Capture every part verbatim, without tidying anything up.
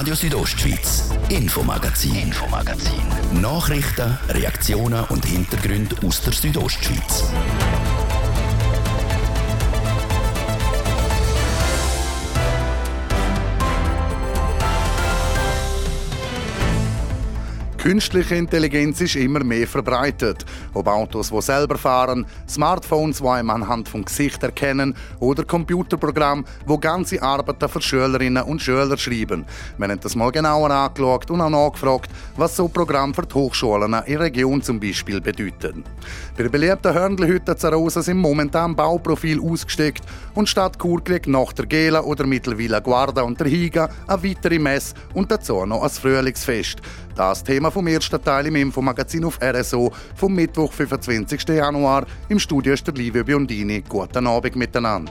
Radio Südostschweiz, Infomagazin. Infomagazin. Nachrichten, Reaktionen und Hintergründe aus der Südostschweiz. Künstliche Intelligenz ist immer mehr verbreitet. Ob Autos, die selber fahren, Smartphones, die einem anhand vom Gesicht erkennen oder Computerprogramme, die ganze Arbeiten für Schülerinnen und Schüler schreiben. Wir haben das mal genauer angeschaut und auch nachgefragt, was so Programme für die Hochschulen in der Region zum Beispiel bedeuten. Bei der beliebten Hörnli-Hütte Zarosa sind momentan Bauprofil ausgesteckt und Stadt Chur kriegt nach der Gela oder mittlerweile Guarda und der Higa eine weitere Messe und dazu noch ein Frühlingsfest. Das Thema vom ersten Teil im Infomagazin auf R S O vom Mittwoch, fünfundzwanzigsten Januar. Im Studio ist der Livio Biondini. Guten Abend miteinander.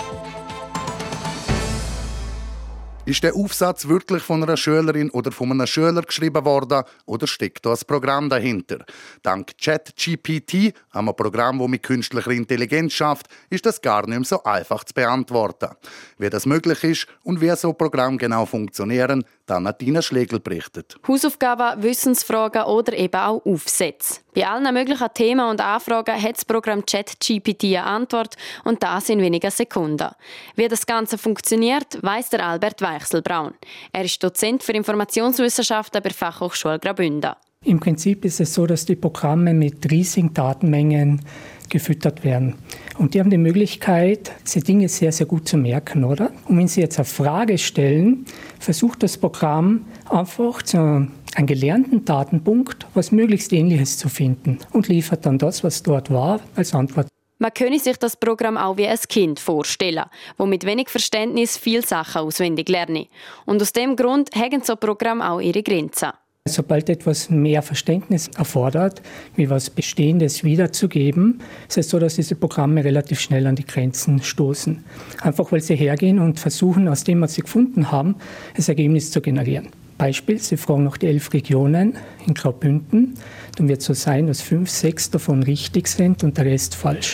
Ist der Aufsatz wirklich von einer Schülerin oder von einem Schüler geschrieben worden oder steckt da ein Programm dahinter? Dank ChatGPT, einem Programm, das mit künstlicher Intelligenz schafft, ist das gar nicht mehr so einfach zu beantworten. Wie das möglich ist und wie so Programme genau funktionieren, dann hat Dina Schlegel berichtet. Hausaufgaben, Wissensfragen oder eben auch Aufsätze. Bei allen möglichen Themen und Anfragen hat das Programm ChatGPT eine Antwort und das in wenigen Sekunden. Wie das Ganze funktioniert, weiss der Albert Weichselbraun. Er ist Dozent für Informationswissenschaften bei der Fachhochschule Graubünden. Im Prinzip ist es so, dass die Programme mit riesigen Datenmengen gefüttert werden. Und die haben die Möglichkeit, diese Dinge sehr, sehr gut zu merken, oder? Und wenn Sie jetzt eine Frage stellen, versucht das Programm einfach zu einem gelernten Datenpunkt was möglichst Ähnliches zu finden und liefert dann das, was dort war, als Antwort. Man könne sich das Programm auch wie ein Kind vorstellen, das mit wenig Verständnis viele Sachen auswendig lerne. Und aus dem Grund haben so Programme auch ihre Grenzen. Sobald etwas mehr Verständnis erfordert, wie was Bestehendes wiederzugeben, ist es so, dass diese Programme relativ schnell an die Grenzen stoßen. Einfach weil sie hergehen und versuchen, aus dem, was sie gefunden haben, das Ergebnis zu generieren. Beispiel, Sie fragen nach die elf Regionen in Graubünden. Dann wird es so sein, dass fünf, sechs davon richtig sind und der Rest falsch.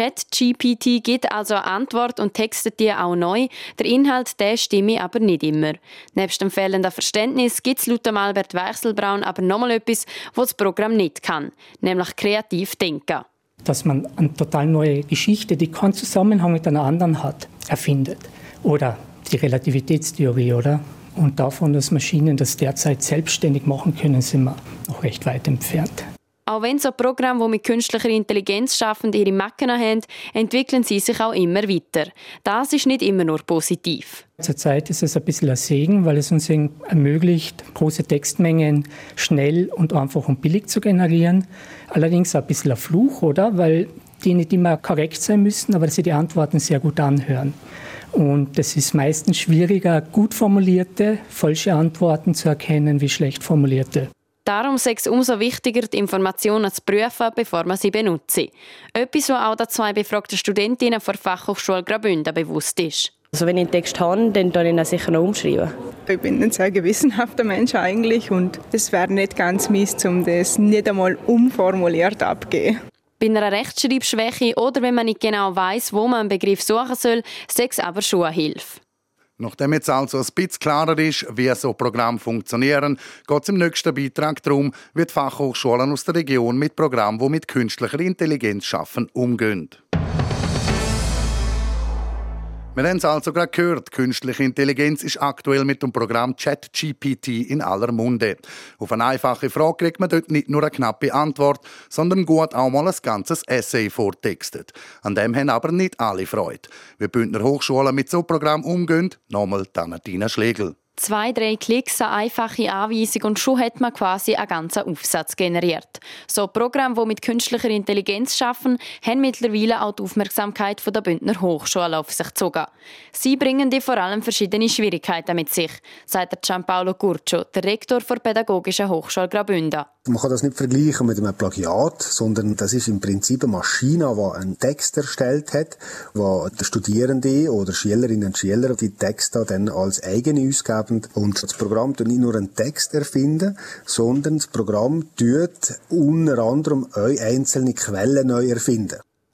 ChatGPT gibt also eine Antwort und textet die auch neu. Der Inhalt der stimme aber nicht immer. Nebst dem fehlenden Verständnis gibt es laut Albert Weichselbraun aber nochmal etwas, was das Programm nicht kann, nämlich kreativ denken. Dass man eine total neue Geschichte, die keinen Zusammenhang mit einer anderen hat, erfindet. Oder die Relativitätstheorie, oder? Und davon, dass Maschinen das derzeit selbstständig machen können, sind wir noch recht weit entfernt. Auch wenn so Programme, die mit künstlicher Intelligenz schaffen, ihre Macken haben, entwickeln sie sich auch immer weiter. Das ist nicht immer nur positiv. Zurzeit ist es ein bisschen ein Segen, weil es uns ermöglicht, große Textmengen schnell und einfach und billig zu generieren. Allerdings ein bisschen ein Fluch, oder? Weil die nicht immer korrekt sein müssen, aber dass sie die Antworten sehr gut anhören. Und es ist meistens schwieriger, gut formulierte, falsche Antworten zu erkennen, wie schlecht formulierte. Darum ist es umso wichtiger, die Informationen zu prüfen, bevor man sie benutzt. Etwas, was auch den zwei befragten Studentinnen der Fachhochschule Graubünden bewusst ist. Also wenn ich einen Text habe, dann schreibe ich ihn sicher noch umschreiben. Ich bin ein sehr gewissenhafter Mensch eigentlich und es wäre nicht ganz mies, um das nicht einmal umformuliert abzugeben. Bei einer Rechtschreibschwäche oder wenn man nicht genau weiss, wo man einen Begriff suchen soll, ist es aber schon eine Hilfe. Nachdem jetzt also ein bisschen klarer ist, wie so Programme funktionieren, geht es im nächsten Beitrag darum, wie die Fachhochschulen aus der Region mit Programmen, die mit künstlicher Intelligenz arbeiten, umgehen. Wir haben es also gerade gehört, künstliche Intelligenz ist aktuell mit dem Programm ChatGPT in aller Munde. Auf eine einfache Frage kriegt man dort nicht nur eine knappe Antwort, sondern gut auch mal ein ganzes Essay vortextet. An dem haben aber nicht alle Freude. Wie die Bündner Hochschulen mit so einem Programm umgehen, nochmal Dina Schlegel. Zwei, drei Klicks, eine einfache Anweisung und schon hat man quasi einen ganzen Aufsatz generiert. So Programme, die mit künstlicher Intelligenz arbeiten, haben mittlerweile auch die Aufmerksamkeit der Bündner Hochschule auf sich gezogen. Sie bringen die vor allem verschiedene Schwierigkeiten mit sich, sagt Gianpaolo Curcio, der Rektor der Pädagogischen Hochschule Graubünden. Man kann das nicht vergleichen mit einem Plagiat, sondern das ist im Prinzip eine Maschine, die einen Text erstellt hat, wo der Studierende oder Schülerinnen und Schüler die Texte dann als eigene ausgeben. Und das Programm tut nicht nur einen Text erfinden, sondern das Programm tut unter anderem auch einzelne Quellen neu erfinden.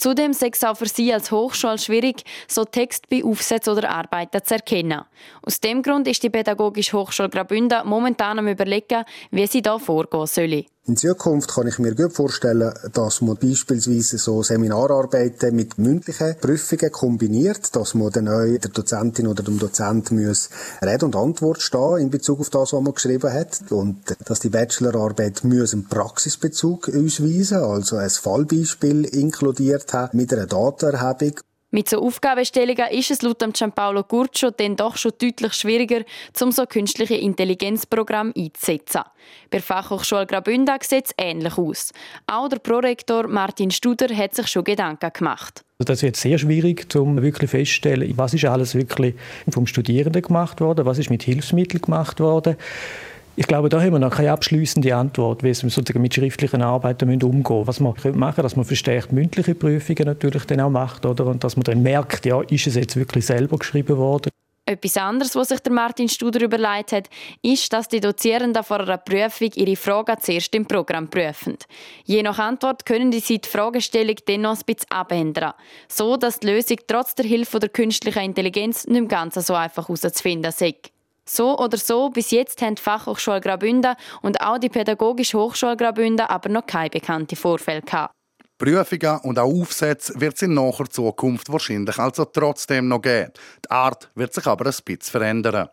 Zudem sei es auch für sie als Hochschule schwierig, so Text bei Aufsätzen oder Arbeiten zu erkennen. Aus dem Grund ist die Pädagogische Hochschule Graubünden momentan am Überlegen, wie sie da vorgehen solle. In Zukunft kann ich mir gut vorstellen, dass man beispielsweise so Seminararbeiten mit mündlichen Prüfungen kombiniert, dass man dann auch der Dozentin oder dem Dozent muss Rede und Antwort stehen in Bezug auf das, was man geschrieben hat, und dass die Bachelorarbeit muss einen Praxisbezug ausweisen, also ein Fallbeispiel inkludiert haben mit einer Datenerhebung. Mit so Aufgabenstellungen ist es laut Gianpaolo Curcio dann doch schon deutlich schwieriger, um so künstliche Intelligenzprogramme einzusetzen. Bei der Fachhochschule Graubünden sieht es ähnlich aus. Auch der Prorektor Martin Studer hat sich schon Gedanken gemacht. Das ist jetzt sehr schwierig, um wirklich festzustellen, was ist alles wirklich vom Studierenden gemacht worden, was ist mit Hilfsmitteln gemacht worden. Ich glaube, da haben wir noch keine abschliessende Antwort, wie wir sozusagen mit schriftlichen Arbeiten umgehen müssen. Was man machen könnte, dass man verstärkt mündliche Prüfungen natürlich dann auch macht, oder? Und dass man dann merkt, ja, ist es jetzt wirklich selber geschrieben worden. Etwas anderes, was sich der Martin Studer überlegt hat, ist, dass die Dozierenden vor einer Prüfung ihre Fragen zuerst im Programm prüfen. Je nach Antwort können sie die Fragestellung dann noch ein bisschen abändern, so dass die Lösung trotz der Hilfe der künstlichen Intelligenz nicht ganz so einfach herauszufinden sei. So oder so, bis jetzt haben die Fachhochschule Graubünden und auch die Pädagogische Hochschule Graubünden aber noch keine bekannten Vorfälle gehabt. Prüfungen und auch Aufsätze wird es in naher Zukunft wahrscheinlich also trotzdem noch geben. Die Art wird sich aber ein bisschen verändern.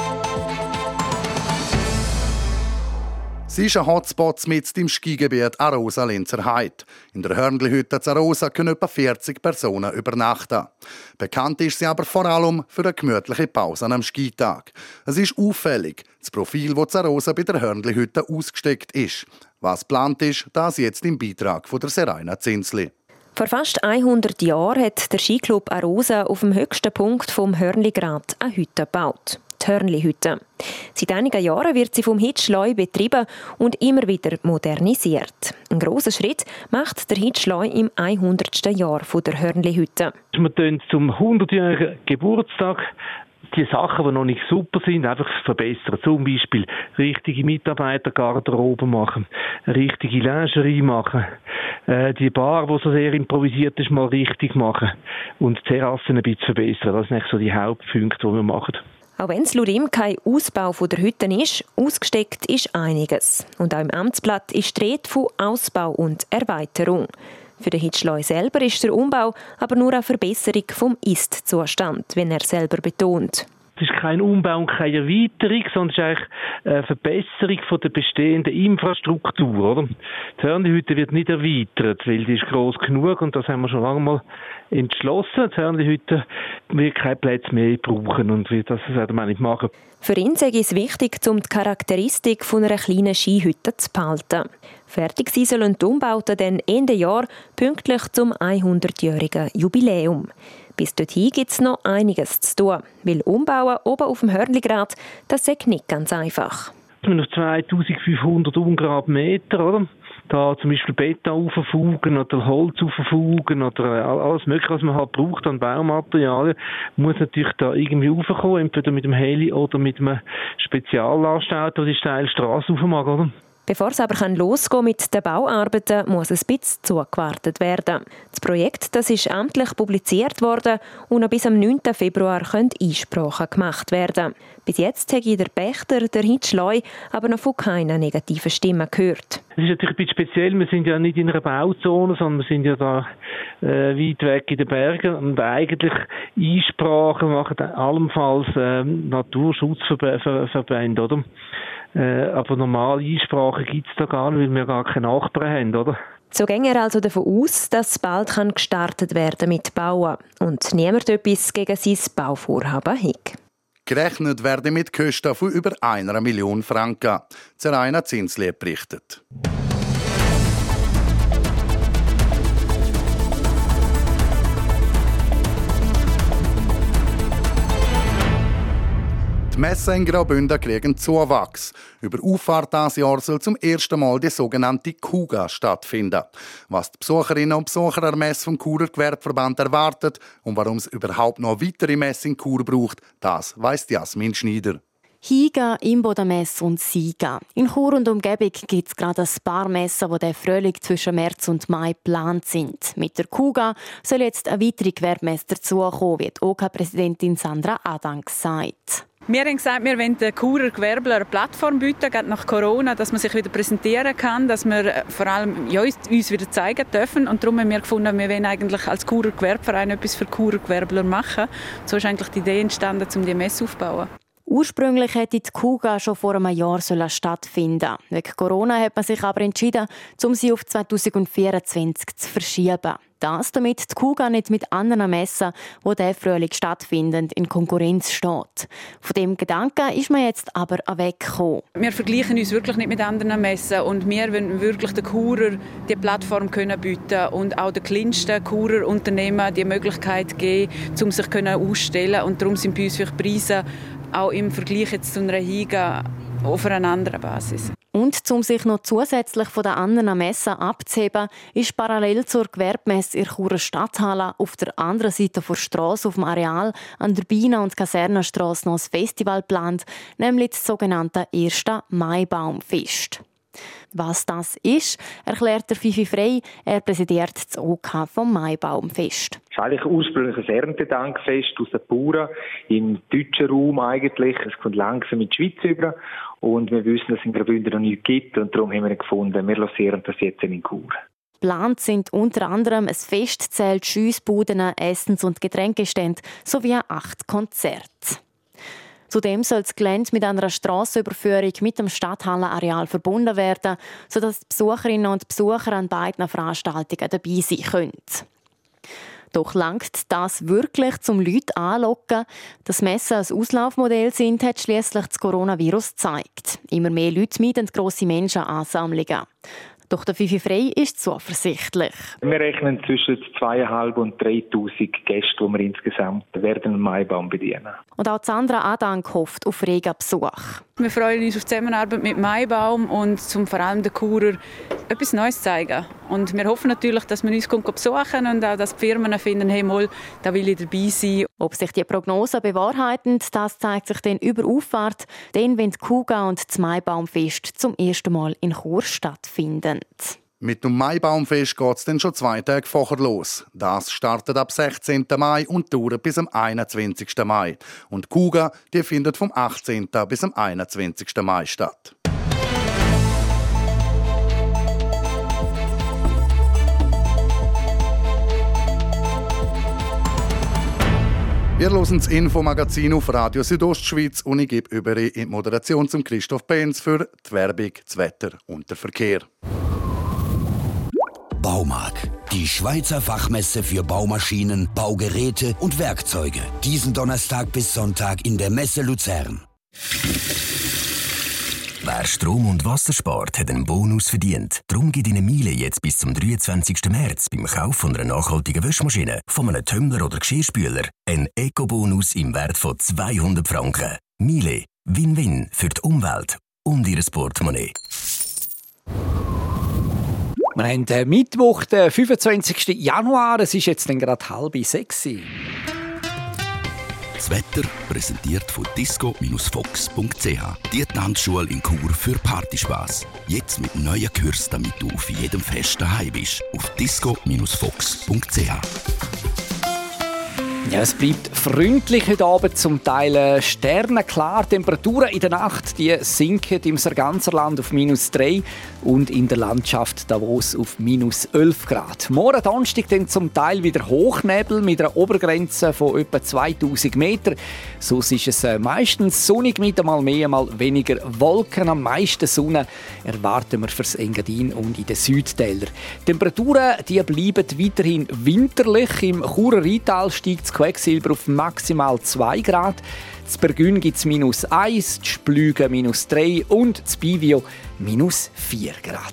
Sie ist ein Hotspot mitten im Skigebiet Arosa-Lenzer Heide. In der Hörnli-Hütte zu Arosa können etwa vierzig Personen übernachten. Bekannt ist sie aber vor allem für eine gemütliche Pause am Skitag. Es ist auffällig, das Profil, das Arosa bei der Hörnli-Hütte ausgesteckt ist. Was geplant ist, das jetzt im Beitrag von der Seraina Zinsli. Vor fast hundert Jahren hat der Skiclub Arosa auf dem höchsten Punkt vom Hörnligrat eine Hütte gebaut. Die Hörnli-Hütte. Seit einigen Jahren wird sie vom Hitschleu betrieben und immer wieder modernisiert. Ein grosser Schritt macht der Hitschleu im hundertsten Jahr der Hörnli-Hütte. Wir tun zum hundertjährigen Geburtstag die Sachen, die noch nicht super sind, einfach verbessern. Zum Beispiel richtige Mitarbeitergarderobe machen, richtige Lingerie machen, äh, die Bar, die so sehr improvisiert ist, mal richtig machen und die Terrassen ein bisschen verbessern. Das sind eigentlich so die Hauptpunkte, die wir machen. Auch wenn es laut ihm kein Ausbau der Hütten ist, ausgesteckt ist einiges. Und auch im Amtsblatt ist die Rede von Ausbau und Erweiterung. Für den Hitschleu selber ist der Umbau aber nur eine Verbesserung vom Ist-Zustand, wie er selber betont. Es ist kein Umbau und keine Erweiterung, sondern es ist eigentlich eine Verbesserung von der bestehenden Infrastruktur. Oder? Die Hörnli-Hütte wird nicht erweitert, weil die ist gross genug und das haben wir schon lange mal entschlossen. Die Hörnli-Hütte wird keine Plätze mehr brauchen und das werden wir nicht machen. Für ihn sei es wichtig, um die Charakteristik von einer kleinen Skihütte zu behalten. Fertig sein sollen die Umbauten dann Ende Jahr, pünktlich zum hundertjährigen Jubiläum. Bis dorthin gibt es noch einiges zu tun, weil Umbauen oben auf dem Hörnligrat, das sei nicht ganz einfach. Wir haben auf zweitausendfünfhundert Umgrabmeter, oder? Da zum Beispiel Beton auffugen oder Holz auffugen oder alles Mögliche, was man halt braucht an Baumaterialien, muss natürlich da irgendwie raufkommen, entweder mit dem Heli oder mit einem Speziallastauto, die steile Straße rauf mag, oder? Bevor es aber losgehen mit den Bauarbeiten, muss ein bisschen zugewartet werden. Das Projekt das ist amtlich publiziert worden und noch bis am neunten Februar können Einsprachen gemacht werden. Bis jetzt hat der Pächter, der Hitschleu, aber noch von keiner negativen Stimme gehört. Es ist natürlich ein bisschen speziell, wir sind ja nicht in einer Bauzone, sondern wir sind ja da äh, weit weg in den Bergen und eigentlich Einsprachen machen allenfalls äh, Naturschutzverbände, oder? Äh, aber normale Einsprachen gibt es da gar nicht, weil wir gar keine Nachbarn haben, oder? So ging er also davon aus, dass bald gestartet werden mit Bauen und niemand etwas gegen sein Bauvorhaben hat. Gerechnet werden mit Kosten von über einer Million Franken. Seraina Zinsli berichtet. Die Messen in Graubünden kriegen Zuwachs. Über Auffahrt dieses Jahr soll zum ersten Mal die sogenannte Kuga stattfinden. Was die Besucherinnen und Besucher der Messe vom Churer Gewerbeverband erwartet und warum es überhaupt noch weitere Messen in Chur braucht, das weiss Jasmin Schneider. Higa, Imboden-Messe und Siga. In Chur und Umgebung gibt es gerade ein paar Messen, die der Frühling zwischen März und Mai geplant sind. Mit der Kuga soll jetzt eine weitere Gewerbemesse dazukommen, wie die O K-Präsidentin Sandra Adank sagt. Wir haben gesagt, wir wollen den Churer Gewerbler eine Plattform bieten, gerade nach Corona, dass man sich wieder präsentieren kann, dass wir vor allem ja, uns wieder zeigen dürfen. Und darum haben wir gefunden, wir wollen eigentlich als Churer Gewerbeverein etwas für Churer Gewerbler machen. So ist eigentlich die Idee entstanden, um die Messe aufzubauen. Ursprünglich hätte die Kuga schon vor einem Jahr stattfinden. Wegen Corona hat man sich aber entschieden, um sie auf zwanzig vierundzwanzig zu verschieben. Das, damit die Kuga nicht mit anderen Messen, die diesen Frühling stattfinden, in Konkurrenz steht. Von diesem Gedanken ist man jetzt aber weggekommen. Wir vergleichen uns wirklich nicht mit anderen Messen und wir wollen wirklich den Churer die Plattform können bieten und auch den kleinsten Churer Unternehmen die Möglichkeit geben, um sich auszustellen. Und darum sind bei uns für die Preise auch im Vergleich jetzt zu einer Higa auf einer anderen Basis. Und um sich noch zusätzlich von den anderen Messen abzuheben, ist parallel zur Gewerbemesse in der Churer Stadthalle auf der anderen Seite der Strasse auf dem Areal an der Bina- und Kasernenstrasse noch ein Festival geplant, nämlich das sogenannte erste Maibaumfest. Was das ist, erklärt der Fifi Frey. Er präsidiert das O K vom Maibaumfest. Es ist eigentlich ursprünglich ein Erntedankfest aus den Bauern im deutschen Raum eigentlich. Es kommt langsam in die Schweiz über und wir wissen, dass es in Graubünden noch nichts gibt und darum haben wir gefunden, wir lancieren das jetzt in Chur. Geplant sind unter anderem ein Festzelt, Schiessbuden, Essens- und Getränkestände sowie acht Konzerte. Zudem soll das Gelände mit einer Strassenüberführung mit dem Stadthallenareal verbunden werden, sodass die Besucherinnen und Besucher an beiden Veranstaltungen dabei sein können. Doch langt das wirklich, um Leute anzulocken? Dass Messen ein Auslaufmodell sind, hat schliesslich das Coronavirus gezeigt. Immer mehr Leute meiden grosse Menschenansammlungen. Doch der Fifi Frey ist zuversichtlich. Wir rechnen zwischen zweitausendfünfhundert und dreitausend Gäste, die wir insgesamt werden den Maibaum bedienen. Und auch Sandra Adank hofft auf regen Besuch. Wir freuen uns auf die Zusammenarbeit mit Maibaum und zum vor allem den Churer etwas Neues zeigen. Und wir hoffen natürlich, dass man uns besuchen und auch, dass die Firmen finden, hey, mal, da will ich dabei sein. Ob sich die Prognosen bewahrheiten, das zeigt sich dann über Auffahrt, dann, wenn die Kuga und das Maibaumfest zum ersten Mal in Chur stattfinden. Mit dem Maibaumfest geht es dann schon zwei Tage vorher los. Das startet ab sechzehnten Mai und dauert bis am einundzwanzigsten Mai. Und die Kuga die findet vom achtzehnten bis am einundzwanzigsten Mai statt. Wir hören das Infomagazin auf Radio Südostschweiz und ich gebe über in die Moderation zum Christoph Benz für die Werbung, das Wetter und den Verkehr. Baumag, die Schweizer Fachmesse für Baumaschinen, Baugeräte und Werkzeuge. Diesen Donnerstag bis Sonntag in der Messe Luzern. Wer Strom und Wasser spart, hat einen Bonus verdient. Darum gibt Ihnen Miele jetzt bis zum dreiundzwanzigsten März beim Kauf von einer nachhaltigen Waschmaschine, von einem Tumbler oder Geschirrspüler einen Eco-Bonus im Wert von zweihundert Franken. Miele, Win-Win für die Umwelt und Ihr Portemonnaie. Wir haben den Mittwoch, den fünfundzwanzigsten Januar. Es ist jetzt gerade halb sechs. Das Wetter präsentiert von disco Fox punkt c h. Die Tanzschule in Chur für Partyspaß. Jetzt mit neuen Kurs, damit du auf jedem Fest daheim bist. Auf disco Fox punkt c h. Ja, es bleibt freundlich heute Abend, zum Teil sternenklar. Temperaturen in der Nacht die sinken im ganzen Land auf minus drei und in der Landschaft Davos auf minus elf Grad. Morgen Donnerstag dann zum Teil wieder Hochnebel mit einer Obergrenze von etwa zweitausend Meter. Sonst ist es meistens sonnig mit einmal mehr, einmal weniger Wolken. Am meisten Sonne erwarten wir fürs Engadin und in den Südtälern. Die Temperaturen die bleiben weiterhin winterlich. Im Churer Rheintal steigt das Quecksilber auf maximal zwei Grad. Das Bergün gibt es minus eins, die Splüge minus drei und das Bivio minus vier Grad.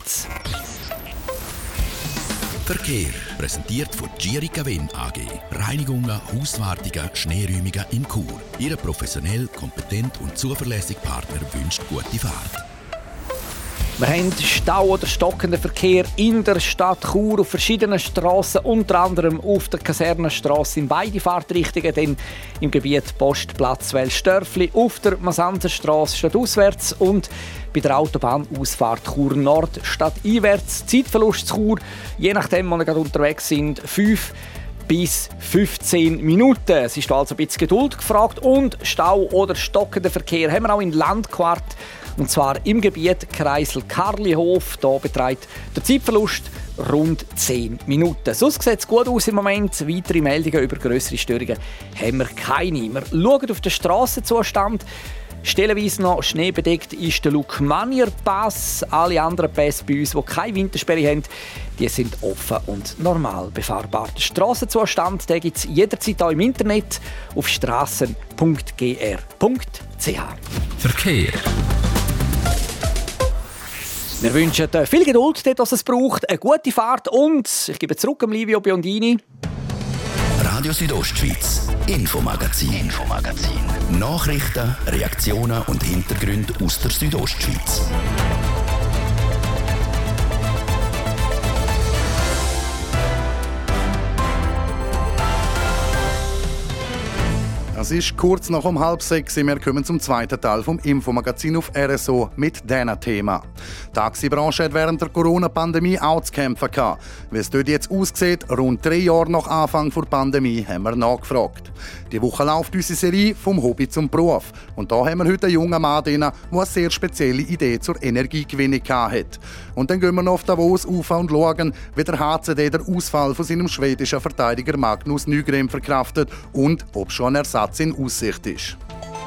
Verkehr präsentiert von Gierica Wen A G. Reinigungen, Hauswartungen, Schneeräumungen in Chur. Ihr professionell, kompetent und zuverlässiger Partner wünscht gute Fahrt. Wir haben Stau oder stockenden Verkehr in der Stadt Chur auf verschiedenen Strassen, unter anderem auf der Kasernenstrasse in beide Fahrtrichtungen, dann im Gebiet Postplatz Welsdörfli, auf der Masanzerstrasse stadtauswärts und bei der Autobahnausfahrt Chur Nord stadteinwärts. Zeitverlust zu Chur, je nachdem, wo wir gerade unterwegs sind, fünf bis fünfzehn Minuten. Es ist also ein bisschen Geduld gefragt und Stau oder stockenden Verkehr haben wir auch in Landquart. Und zwar im Gebiet Kreisel-Karlihof. Hier beträgt der Zeitverlust rund zehn Minuten. Sonst sieht es gut aus im Moment. Weitere Meldungen über grössere Störungen haben wir keine. Wir schauen auf den Strassenzustand. Stellenweise noch schneebedeckt ist der Lukmanier-Pass. Alle anderen Pässe bei uns, die keine Wintersperre haben, die sind offen und normal befahrbar. Den Strassenzustand gibt es jederzeit auch im Internet auf strassen punkt g r punkt c h. Verkehr. Wir wünschen viel Geduld, dort, was es braucht, eine gute Fahrt und ich gebe zurück an Livio Biondini. Radio Südostschweiz, Infomagazin. Infomagazin. Nachrichten, Reaktionen und Hintergründe aus der Südostschweiz. Es ist kurz nach um halb sechs. Wir kommen zum zweiten Teil vom Infomagazin auf R S O mit diesem Thema. Die Taxibranche hat während der Corona-Pandemie auch zu kämpfen gehabt. Wie es dort jetzt aussieht, rund drei Jahre nach Anfang der Pandemie, haben wir nachgefragt. Die Woche läuft unsere Serie «Vom Hobby zum Beruf». Und da haben wir heute einen jungen Mann drin, der eine sehr spezielle Idee zur Energiegewinnung hat. Und dann gehen wir noch auf Davos rauf und schauen, wie der H C D den Ausfall von seinem schwedischen Verteidiger Magnus Nygren verkraftet und ob schon ein Ersatz in Aussicht ist.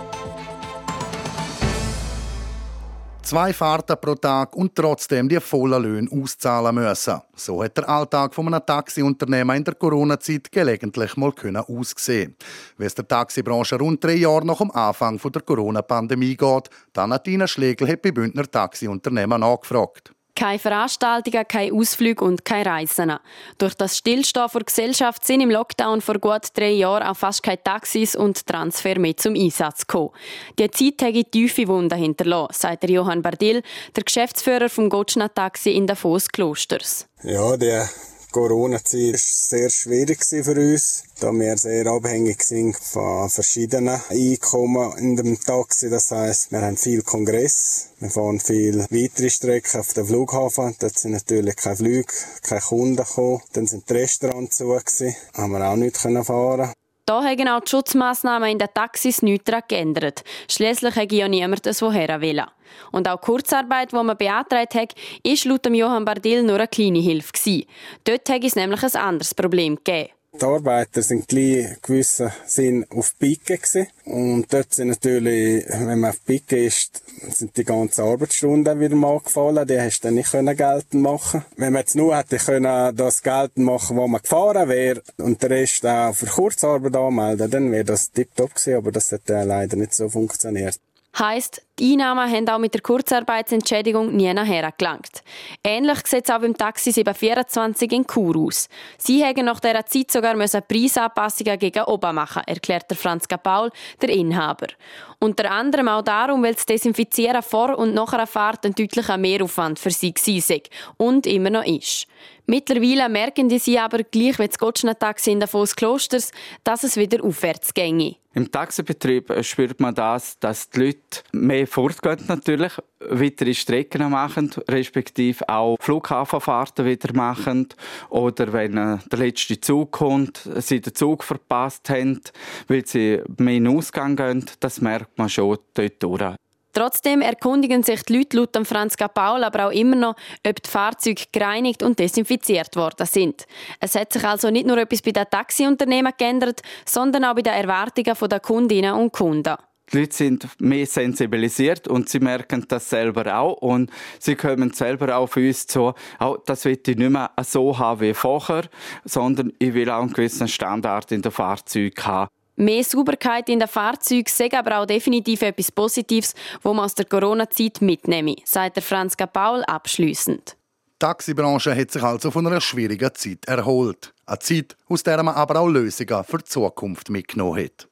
Zwei Fahrten pro Tag und trotzdem die vollen Löhne auszahlen müssen. So hat der Alltag von einem Taxiunternehmer in der Corona-Zeit gelegentlich mal aussehen. Wie es der Taxibranche rund drei Jahre nach dem Anfang der Corona-Pandemie geht, dann hat Tina Schlegel hat bei Bündner Taxiunternehmen nachgefragt. Keine Veranstaltungen, keine Ausflüge und keine Reisen. Durch das Stillstehen der Gesellschaft sind im Lockdown vor gut drei Jahren auch fast keine Taxis und Transfer mehr zum Einsatz gekommen. Die Zeit hat tiefe Wunden hinterlassen, sagt der Johann Bardil, der Geschäftsführer vom Gotschna Taxi in Davos Klosters. Ja, die Corona-Zeit war sehr schwierig für uns, da wir sehr abhängig sind von verschiedenen Einkommen in dem Taxi. Das heisst, wir haben viel Kongress, wir fahren viel weitere Strecken auf den Flughafen. Dort sind natürlich keine Flüge, keine Kunden gekommen. Dann sind die Restaurants zu gewesen, haben wir auch nicht fahren. Da haben auch die Schutzmassnahmen in den Taxis nichts daran geändert. Schliesslich hat ja niemand das woher wollen. Und auch die Kurzarbeit, die man beantragt hat, war laut Johann Bardil nur eine kleine Hilfe gewesen. Dort hat es nämlich ein anderes Problem gegeben. Die Arbeiter sind gleich gewissen Sinn auf Pike gewesen. Und dort sind natürlich, wenn man auf Pike ist, sind die ganzen Arbeitsstunden wieder mal gefallen. Die hast du dann nicht geltend machen. Wenn man jetzt nur hätte können, das geltend machen, wo man gefahren wäre, und den Rest auch für Kurzarbeit anmelden, dann wäre das tipptopp gewesen. Aber das hat leider nicht so funktioniert. Heisst, die Einnahmen haben auch mit der Kurzarbeitsentschädigung nie nachher gelangt. Ähnlich sieht es auch beim Taxi sieben vierundzwanzig in Chur aus. Sie hätten nach dieser Zeit sogar Preisanpassungen gegen oben machen, erklärt der Franz Paul, der Inhaber. Unter anderem auch darum, weil das Desinfizieren vor und nach einer Fahrt ein deutlicher Mehraufwand für sie war und immer noch ist. Mittlerweile merken die sie aber, gleich wie das Gotschna Taxi in Davos Klosters, dass es wieder aufwärts ginge. Im Taxibetrieb spürt man das, dass die Leute mehr fortgehen natürlich, weitere Strecken machen, respektive auch Flughafenfahrten wieder machen. Oder wenn äh, der letzte Zug kommt, sie den Zug verpasst haben, weil sie mehr in den Ausgang gehen, das merkt man schon dort durch. Trotzdem erkundigen sich die Leute laut Franz Paul aber auch immer noch, ob die Fahrzeuge gereinigt und desinfiziert worden sind. Es hat sich also nicht nur etwas bei den Taxiunternehmen geändert, sondern auch bei den Erwartungen der Kundinnen und Kunden. Die Leute sind mehr sensibilisiert und sie merken das selber auch. Und sie kommen selber auch auf uns zu, oh, das will ich nicht mehr so haben wie vorher, sondern ich will auch einen gewissen Standard in den Fahrzeugen haben. Mehr Sauberkeit in den Fahrzeugen sei aber auch definitiv etwas Positives, das man aus der Corona-Zeit mitnehme, sagt der Franz Paul abschliessend. Die Taxibranche hat sich also von einer schwierigen Zeit erholt. Eine Zeit, aus der man aber auch Lösungen für die Zukunft mitgenommen hat.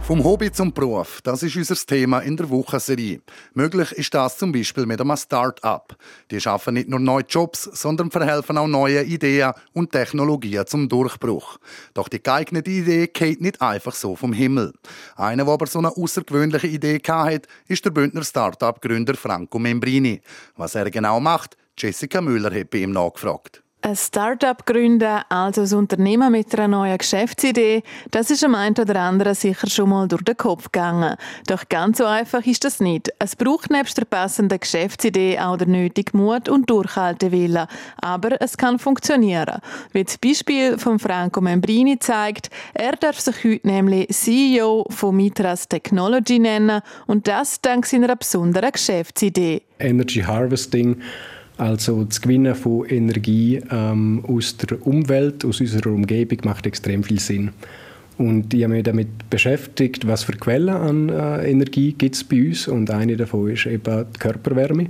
Vom Hobby zum Beruf, das ist unser Thema in der Wochenserie. Möglich ist das zum Beispiel mit einem Start-up. Die schaffen nicht nur neue Jobs, sondern verhelfen auch neue Ideen und Technologien zum Durchbruch. Doch die geeignete Idee geht nicht einfach so vom Himmel. Einer, der aber so eine außergewöhnliche Idee hatte, ist der Bündner Start-up-Gründer Franco Membrini. Was er genau macht, Jessica Müller hat bei ihm nachgefragt. Ein Start-up gründen, also ein Unternehmen mit einer neuen Geschäftsidee, das ist dem einen oder anderen sicher schon mal durch den Kopf gegangen. Doch ganz so einfach ist das nicht. Es braucht nebst der passenden Geschäftsidee auch der nötige Mut und Durchhaltewillen. Aber es kann funktionieren. Wie das Beispiel von Franco Membrini zeigt, er darf sich heute nämlich C E O von Mitras Technology nennen und das dank seiner besonderen Geschäftsidee. Energy Harvesting. Also das Gewinnen von Energie ähm, aus der Umwelt, aus unserer Umgebung, macht extrem viel Sinn. Und ich habe mich damit beschäftigt, was für Quellen an äh, Energie gibt es bei uns. Und eine davon ist eben die Körperwärme.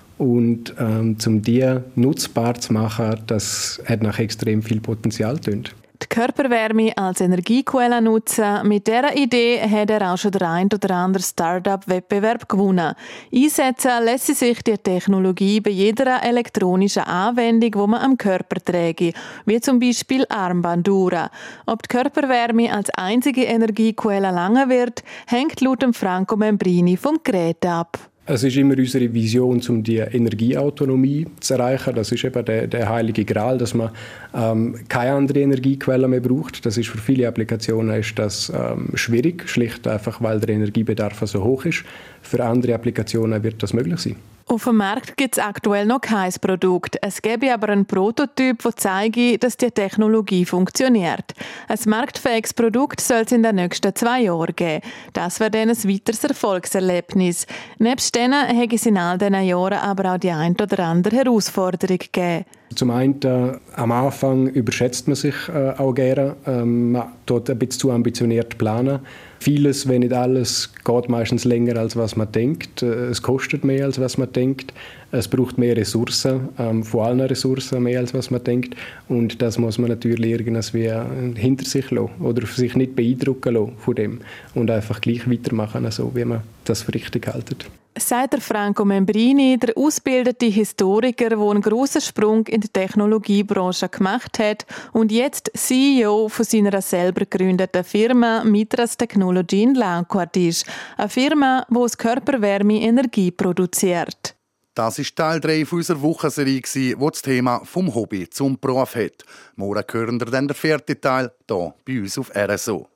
Und ähm, um die nutzbar zu machen, das hat nach extrem viel Potenzial getönt. Die Körperwärme als Energiequelle nutzen. Mit dieser Idee hat er auch schon der ein oder andere Start-up-Wettbewerb gewonnen. Einsetzen lässt sich die Technologie bei jeder elektronischen Anwendung, die man am Körper trägt, wie zum Beispiel Armbanduhren. Ob die Körperwärme als einzige Energiequelle lange wird, hängt laut Franco Membrini vom Gerät ab. Es ist immer unsere Vision, um die Energieautonomie zu erreichen. Das ist eben der, der heilige Gral, dass man ähm, keine andere Energiequelle mehr braucht. Das ist für viele Applikationen ist das ähm, schwierig, schlicht einfach, weil der Energiebedarf so hoch ist. Für andere Applikationen wird das möglich sein. Auf dem Markt gibt es aktuell noch kein Produkt. Es gäbe aber einen Prototyp, der zeigt, dass die Technologie funktioniert. Ein marktfähiges Produkt soll es in den nächsten zwei Jahren geben. Das wäre dann ein weiteres Erfolgserlebnis. Nebst denen hätte es in all diesen Jahren aber auch die ein oder andere Herausforderung gegeben. Zum einen, äh, am Anfang überschätzt man sich äh, auch gerne. Ähm, man tut ein bisschen zu ambitioniert planen. Vieles, wenn nicht alles, geht meistens länger, als was man denkt. Es kostet mehr, als was man denkt. Es braucht mehr Ressourcen, ähm, von allen Ressourcen mehr, als was man denkt. Und das muss man natürlich irgendwie hinter sich lassen oder sich nicht beeindrucken lassen von dem. Und einfach gleich weitermachen, so wie man das für richtig hält. Sagt der Franco Membrini, der ausgebildete Historiker, der einen grossen Sprung in der Technologiebranche gemacht hat und jetzt C E O von seiner selber gegründeten Firma Mitras Technology in Langquart ist. Eine Firma, die aus Körperwärme Energie produziert. Das war Teil drei unserer Wochenserie, die das Thema «Vom Hobby zum Beruf» hat. Morgen hören wir dann den vierten Teil hier bei uns auf R S O.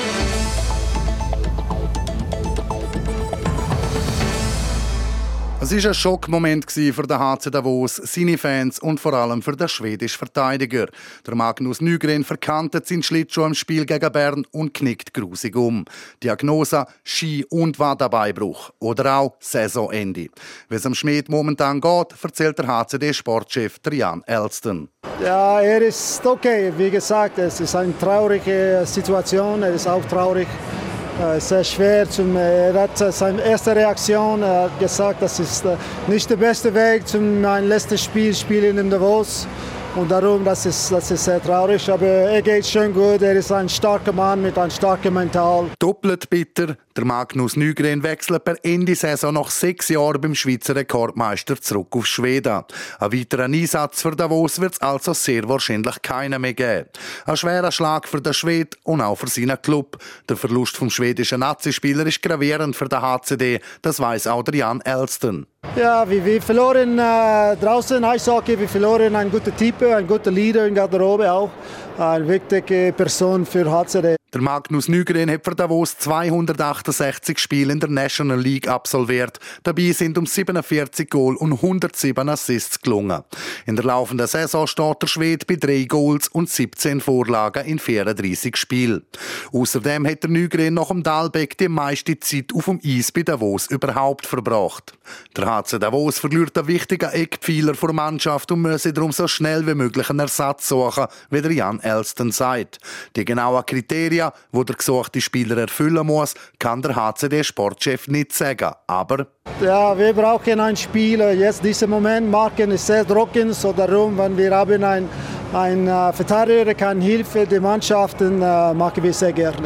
Es war ein Schockmoment für den H C Davos, seine Fans und vor allem für den schwedischen Verteidiger. Der Magnus Nygren verkantet seinen Schlittschuh im Spiel gegen Bern und knickt grusig um. Diagnose Ski- und Wadenbeinbruch oder auch Saisonende. Wie es am Schmied momentan geht, erzählt der H C D-Sportchef Jan Elston. Ja, er ist okay. Wie gesagt, es ist eine traurige Situation. Er ist auch traurig. Es ist sehr schwer. Zum, er hat seine erste Reaktion er hat gesagt, das ist nicht der beste Weg zum ein letztes Spiel spielen in Davos. Und darum, das ist, das ist sehr traurig. Aber er geht schon gut. Er ist ein starker Mann mit einem starken Mental. Doppelt bitter. Der Magnus Nygren wechselt per Ende Saison nach sechs Jahren beim Schweizer Rekordmeister zurück auf Schweden. Ein weiterer Einsatz für Davos wird es also sehr wahrscheinlich keinen mehr geben. Ein schwerer Schlag für den Schweden und auch für seinen Club. Der Verlust vom schwedischen Nazispieler ist gravierend für den H C D. Das weiss auch der Jan Elston. Ja, wir, wir verloren äh, draußen Eishockey, wir verloren einen guten Typ, einen guten Leader in Garderobe auch. Eine wichtige Person für H C D. Der Magnus Nygren hat für Davos zweihundertachtundsechzig Spiele in der National League absolviert. Dabei sind um siebenundvierzig Goal und hundertsieben Assists gelungen. In der laufenden Saison steht der Schwede bei drei Goals und siebzehn Vorlagen in vierunddreißig Spielen. Außerdem hat der Nygren nach dem Dahlbeck die meiste Zeit auf dem Eis bei Davos überhaupt verbracht. Der H C Davos verliert einen wichtigen Eckpfeiler der Mannschaft und müsse darum so schnell wie möglich einen Ersatz suchen, wie der Jan Elston sagt. Die genauen Kriterien, die der gesuchte Spieler erfüllen muss, kann der H C D-Sportchef nicht sagen. Aber ja, wir brauchen einen Spieler. Jetzt dieser Moment, Marken ist sehr trocken, so darum, wenn wir haben einen ein Verteidiger, kann Hilfe der Mannschaften, äh, machen wir sehr gerne.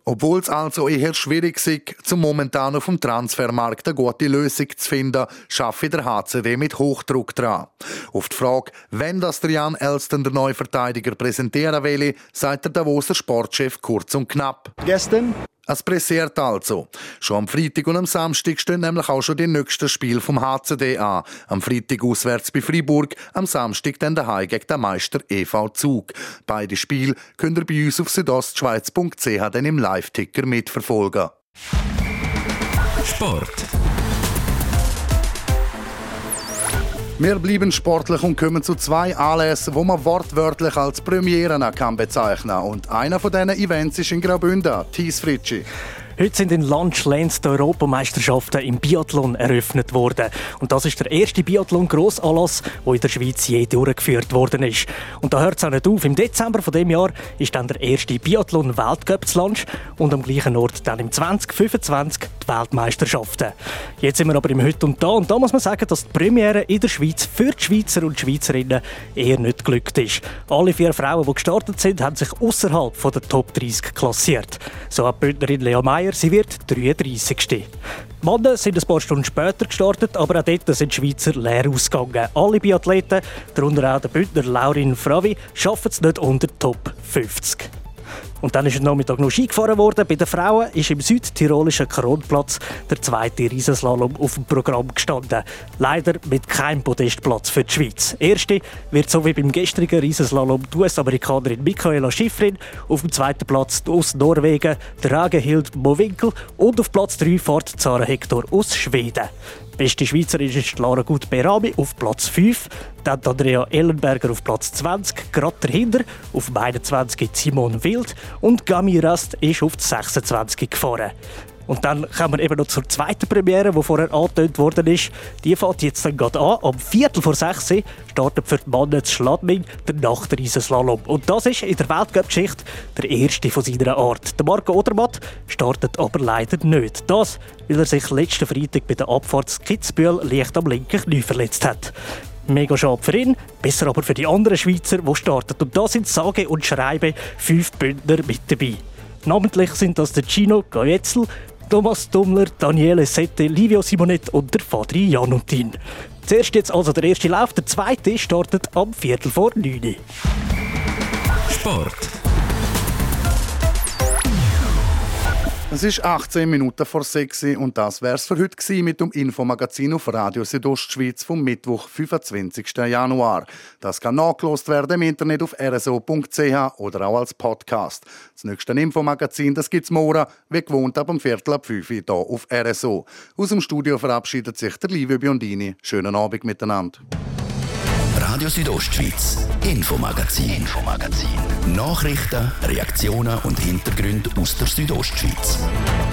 Obwohl es also eher schwierig ist, zum momentan auf dem Transfermarkt eine gute Lösung zu finden, schafft der H C D mit Hochdruck dran. Auf die Frage, wenn das der Jan Elston der neue Verteidiger präsentieren will, sagt der Davoser Sportchef kurz und knapp. Gestern? Es pressiert also. Schon am Freitag und am Samstag stehen nämlich auch schon die nächsten Spiele vom H C D an. Am Freitag auswärts bei Freiburg, am Samstag dann daheim gegen den Meister E V Zug. Beide Spiele könnt ihr bei uns auf südostschweiz punkt c h dann im Live-Ticker mitverfolgen. Sport. Wir bleiben sportlich und kommen zu zwei Anlässen, die man wortwörtlich als Premieren kann bezeichnen. Und einer von diesen Events ist in Graubünden, Thies Fritschi. Heute sind in Lunch-Lens die Europameisterschaften im Biathlon eröffnet worden. Und das ist der erste Biathlon-Grossanlass, der in der Schweiz je durchgeführt worden ist. Und da hört es auch nicht auf. Im Dezember von dem Jahr ist dann der erste Biathlon-Weltcup zu Lunch und am gleichen Ort dann im zwanzig fünfundzwanzig die Weltmeisterschaften. Jetzt sind wir aber im Heute und Da. Und da muss man sagen, dass die Premiere in der Schweiz für die Schweizer und Schweizerinnen eher nicht glückt ist. Alle vier Frauen, die gestartet sind, haben sich außerhalb der Top dreißig klassiert. So hat die Bündnerin Lea Meyer, sie wird dreiunddreissigste Die Männer sind ein paar Stunden später gestartet, aber auch dort sind die Schweizer leer ausgegangen. Alle Biathleten, darunter auch der Bündner Laurin Fravi, schaffen es nicht unter Top fünfzig. Und dann ist am Nachmittag noch Ski gefahren worden. Bei den Frauen ist im südtirolischen Kronplatz der zweite Riesenslalom auf dem Programm gestanden. Leider mit keinem Podestplatz für die Schweiz. Erste wird so wie beim gestrigen Riesenslalom die U S-Amerikanerin Michaela Schifrin, auf dem zweiten Platz aus Norwegen der Ragenhild Mowinkel und auf Platz drei fährt Zara Hector aus Schweden. Beste Schweizerin ist Lara Gut-Berami auf Platz fünf, dann Andrea Ellenberger auf Platz zwanzig, gerade dahinter auf dem einundzwanzig Simon Wild und Gami Rast ist auf sechsundzwanzig gefahren. Und dann kommen wir eben noch zur zweiten Premiere, die vorher angetönt worden ist. Die fängt jetzt dann gerade an. Am Viertel vor sechs startet für die Männer zu Schladming der Nachtriesenslalom. Und das ist in der Weltcup-Geschichte der erste von seiner Art. Der Marco Odermatt startet aber leider nicht. Das, weil er sich letzten Freitag bei der Abfahrt zu Kitzbühel leicht am linken Knie verletzt hat. Mega schade für ihn, besser aber für die anderen Schweizer, die starten. Und da sind sage und schreibe fünf Bündner mit dabei. Namentlich sind das der Gino Gaetzel, Thomas Dummler, Daniele Sette, Livio Simonet und der Fadri Janutin. Zuerst jetzt also der erste Lauf, der zweite startet am Viertel vor neun. Sport. Es ist achtzehn Minuten vor sechs und das wär's für heute gewesen mit dem Infomagazin auf Radio Südostschweiz vom Mittwoch, fünfundzwanzigsten Januar. Das kann nachgelost werden im Internet auf r s o punkt c h oder auch als Podcast. Das nächste Infomagazin, das gibt's morgen, wie gewohnt ab dem Viertel ab fünf hier auf R S O. Aus dem Studio verabschiedet sich der Livio Biondini. Schönen Abend miteinander. Radio Südostschweiz, Infomagazin. Infomagazin. Nachrichten, Reaktionen und Hintergründe aus der Südostschweiz.